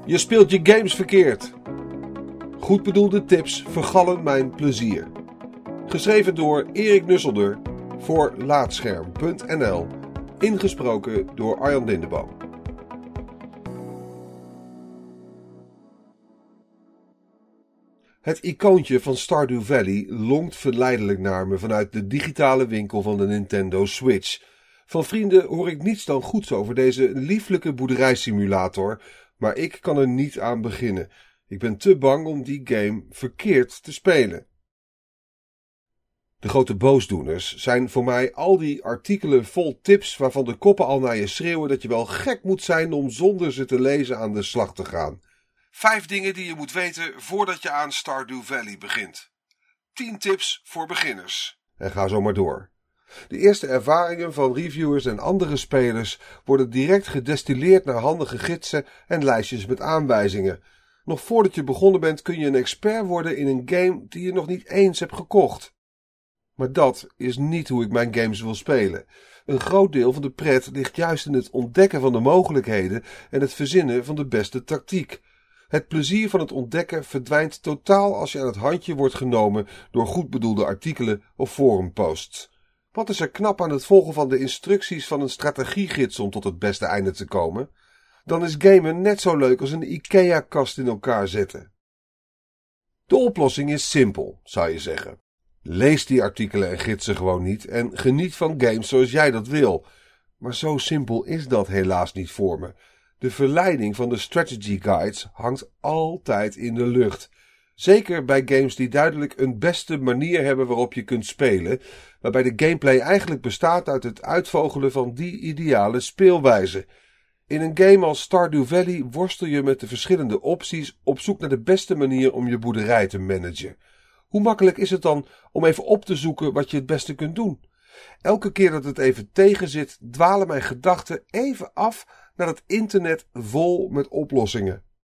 Je speelt je games verkeerd. Goed bedoelde tips vergallen mijn plezier. Geschreven door Erik Nusselder voor Laatscherm.nl. Ingesproken door Arjan Lindeboom. Het icoontje van Stardew Valley lonkt verleidelijk naar me vanuit de digitale winkel van de Nintendo Switch. Van vrienden hoor ik niets dan goeds over deze lieflijke boerderijsimulator, maar ik kan er niet aan beginnen. Ik ben te bang om die game verkeerd te spelen. De grote boosdoeners zijn voor mij al die artikelen vol tips waarvan de koppen al naar je schreeuwen dat je wel gek moet zijn om zonder ze te lezen aan de slag te gaan. 5 dingen die je moet weten voordat je aan Stardew Valley begint. 10 tips voor beginners. En ga zo maar door. De eerste ervaringen van reviewers en andere spelers worden direct gedestilleerd naar handige gidsen en lijstjes met aanwijzingen. Nog voordat je begonnen bent kun je een expert worden in een game die je nog niet eens hebt gekocht. Maar dat is niet hoe ik mijn games wil spelen. Een groot deel van de pret ligt juist in het ontdekken van de mogelijkheden en het verzinnen van de beste tactiek. Het plezier van het ontdekken verdwijnt totaal als je aan het handje wordt genomen door goed bedoelde artikelen of forumposts. Wat is er knap aan het volgen van de instructies van een strategiegids om tot het beste einde te komen? Dan is gamen net zo leuk als een IKEA-kast in elkaar zetten. De oplossing is simpel, zou je zeggen. Lees die artikelen en gidsen gewoon niet en geniet van games zoals jij dat wil. Maar zo simpel is dat helaas niet voor me. De verleiding van de strategy guides hangt altijd in de lucht. Zeker bij games die duidelijk een beste manier hebben waarop je kunt spelen, waarbij de gameplay eigenlijk bestaat uit het uitvogelen van die ideale speelwijze. In een game als Stardew Valley worstel je met de verschillende opties op zoek naar de beste manier om je boerderij te managen. Hoe makkelijk is het dan om even op te zoeken wat je het beste kunt doen? Elke keer dat het even tegenzit, dwalen mijn gedachten even af naar het internet vol met oplossingen.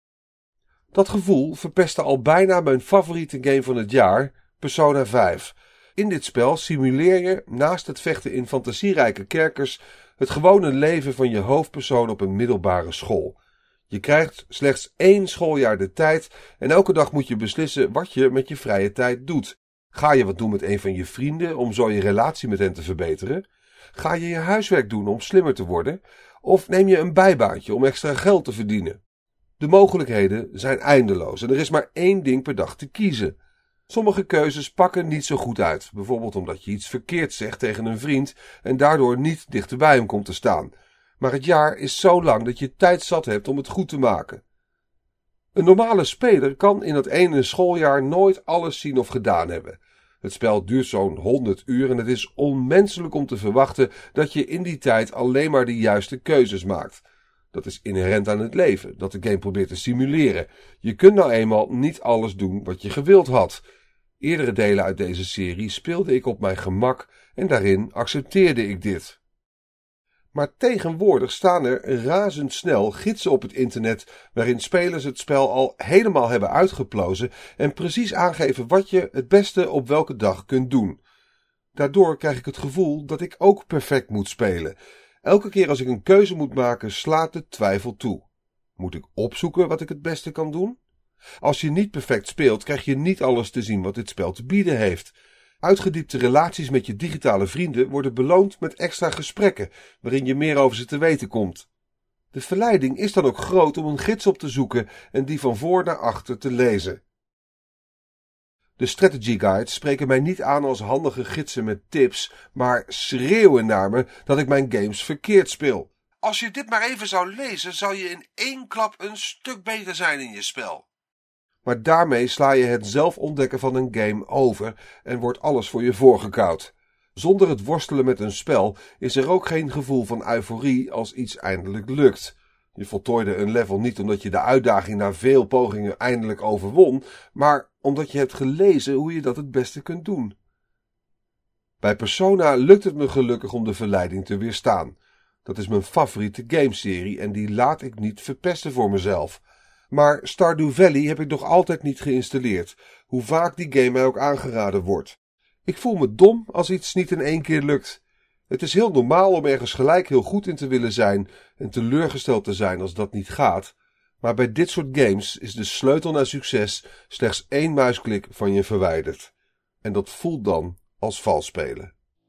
Dat gevoel verpestte al bijna mijn favoriete game van het jaar, Persona 5. In dit spel simuleer je, naast het vechten in fantasierijke kerkers, het gewone leven van je hoofdpersoon op een middelbare school. Je krijgt slechts 1 schooljaar de tijd en elke dag moet je beslissen wat je met je vrije tijd doet. Ga je wat doen met een van je vrienden om zo je relatie met hen te verbeteren? Ga je je huiswerk doen om slimmer te worden? Of neem je een bijbaantje om extra geld te verdienen? De mogelijkheden zijn eindeloos en er is maar 1 ding per dag te kiezen. Sommige keuzes pakken niet zo goed uit, bijvoorbeeld omdat je iets verkeerd zegt tegen een vriend en daardoor niet dichter bij hem komt te staan. Maar het jaar is zo lang dat je tijd zat hebt om het goed te maken. Een normale speler kan in dat ene schooljaar nooit alles zien of gedaan hebben. Het spel duurt zo'n 100 uur en het is onmenselijk om te verwachten dat je in die tijd alleen maar de juiste keuzes maakt. Dat is inherent aan het leven, dat de game probeert te simuleren. Je kunt nou eenmaal niet alles doen wat je gewild had. Eerdere delen uit deze serie speelde ik op mijn gemak en daarin accepteerde ik dit. Maar tegenwoordig staan er razendsnel gidsen op het internet waarin spelers het spel al helemaal hebben uitgeplozen en precies aangeven wat je het beste op welke dag kunt doen. Daardoor krijg ik het gevoel dat ik ook perfect moet spelen. Elke keer als ik een keuze moet maken, slaat de twijfel toe. Moet ik opzoeken wat ik het beste kan doen? Als je niet perfect speelt, krijg je niet alles te zien wat dit spel te bieden heeft. Uitgediepte relaties met je digitale vrienden worden beloond met extra gesprekken, waarin je meer over ze te weten komt. De verleiding is dan ook groot om een gids op te zoeken en die van voor naar achter te lezen. De strategy guides spreken mij niet aan als handige gidsen met tips, maar schreeuwen naar me dat ik mijn games verkeerd speel. Als je dit maar even zou lezen, zou je in 1 klap een stuk beter zijn in je spel. Maar daarmee sla je het zelf ontdekken van een game over en wordt alles voor je voorgekoud. Zonder het worstelen met een spel is er ook geen gevoel van euforie als iets eindelijk lukt. Je voltooide een level niet omdat je de uitdaging na veel pogingen eindelijk overwon, maar omdat je hebt gelezen hoe je dat het beste kunt doen. Bij Persona lukt het me gelukkig om de verleiding te weerstaan. Dat is mijn favoriete gameserie en die laat ik niet verpesten voor mezelf. Maar Stardew Valley heb ik nog altijd niet geïnstalleerd, hoe vaak die game mij ook aangeraden wordt. Ik voel me dom als iets niet in 1 keer lukt. Het is heel normaal om ergens gelijk heel goed in te willen zijn en teleurgesteld te zijn als dat niet gaat. Maar bij dit soort games is de sleutel naar succes slechts 1 muisklik van je verwijderd. En dat voelt dan als vals spelen.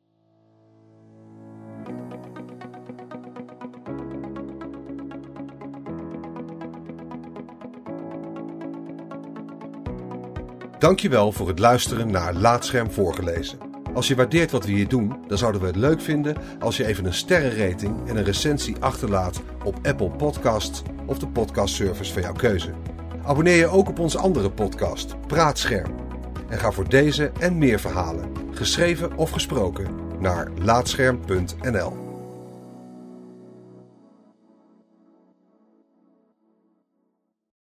Dankjewel voor het luisteren naar Laatscherm voorgelezen. Als je waardeert wat we hier doen, dan zouden we het leuk vinden als je even een sterrenrating en een recensie achterlaat op Apple Podcasts of de podcastservice van jouw keuze. Abonneer je ook op onze andere podcast, Praatscherm. En ga voor deze en meer verhalen, geschreven of gesproken, naar laatscherm.nl.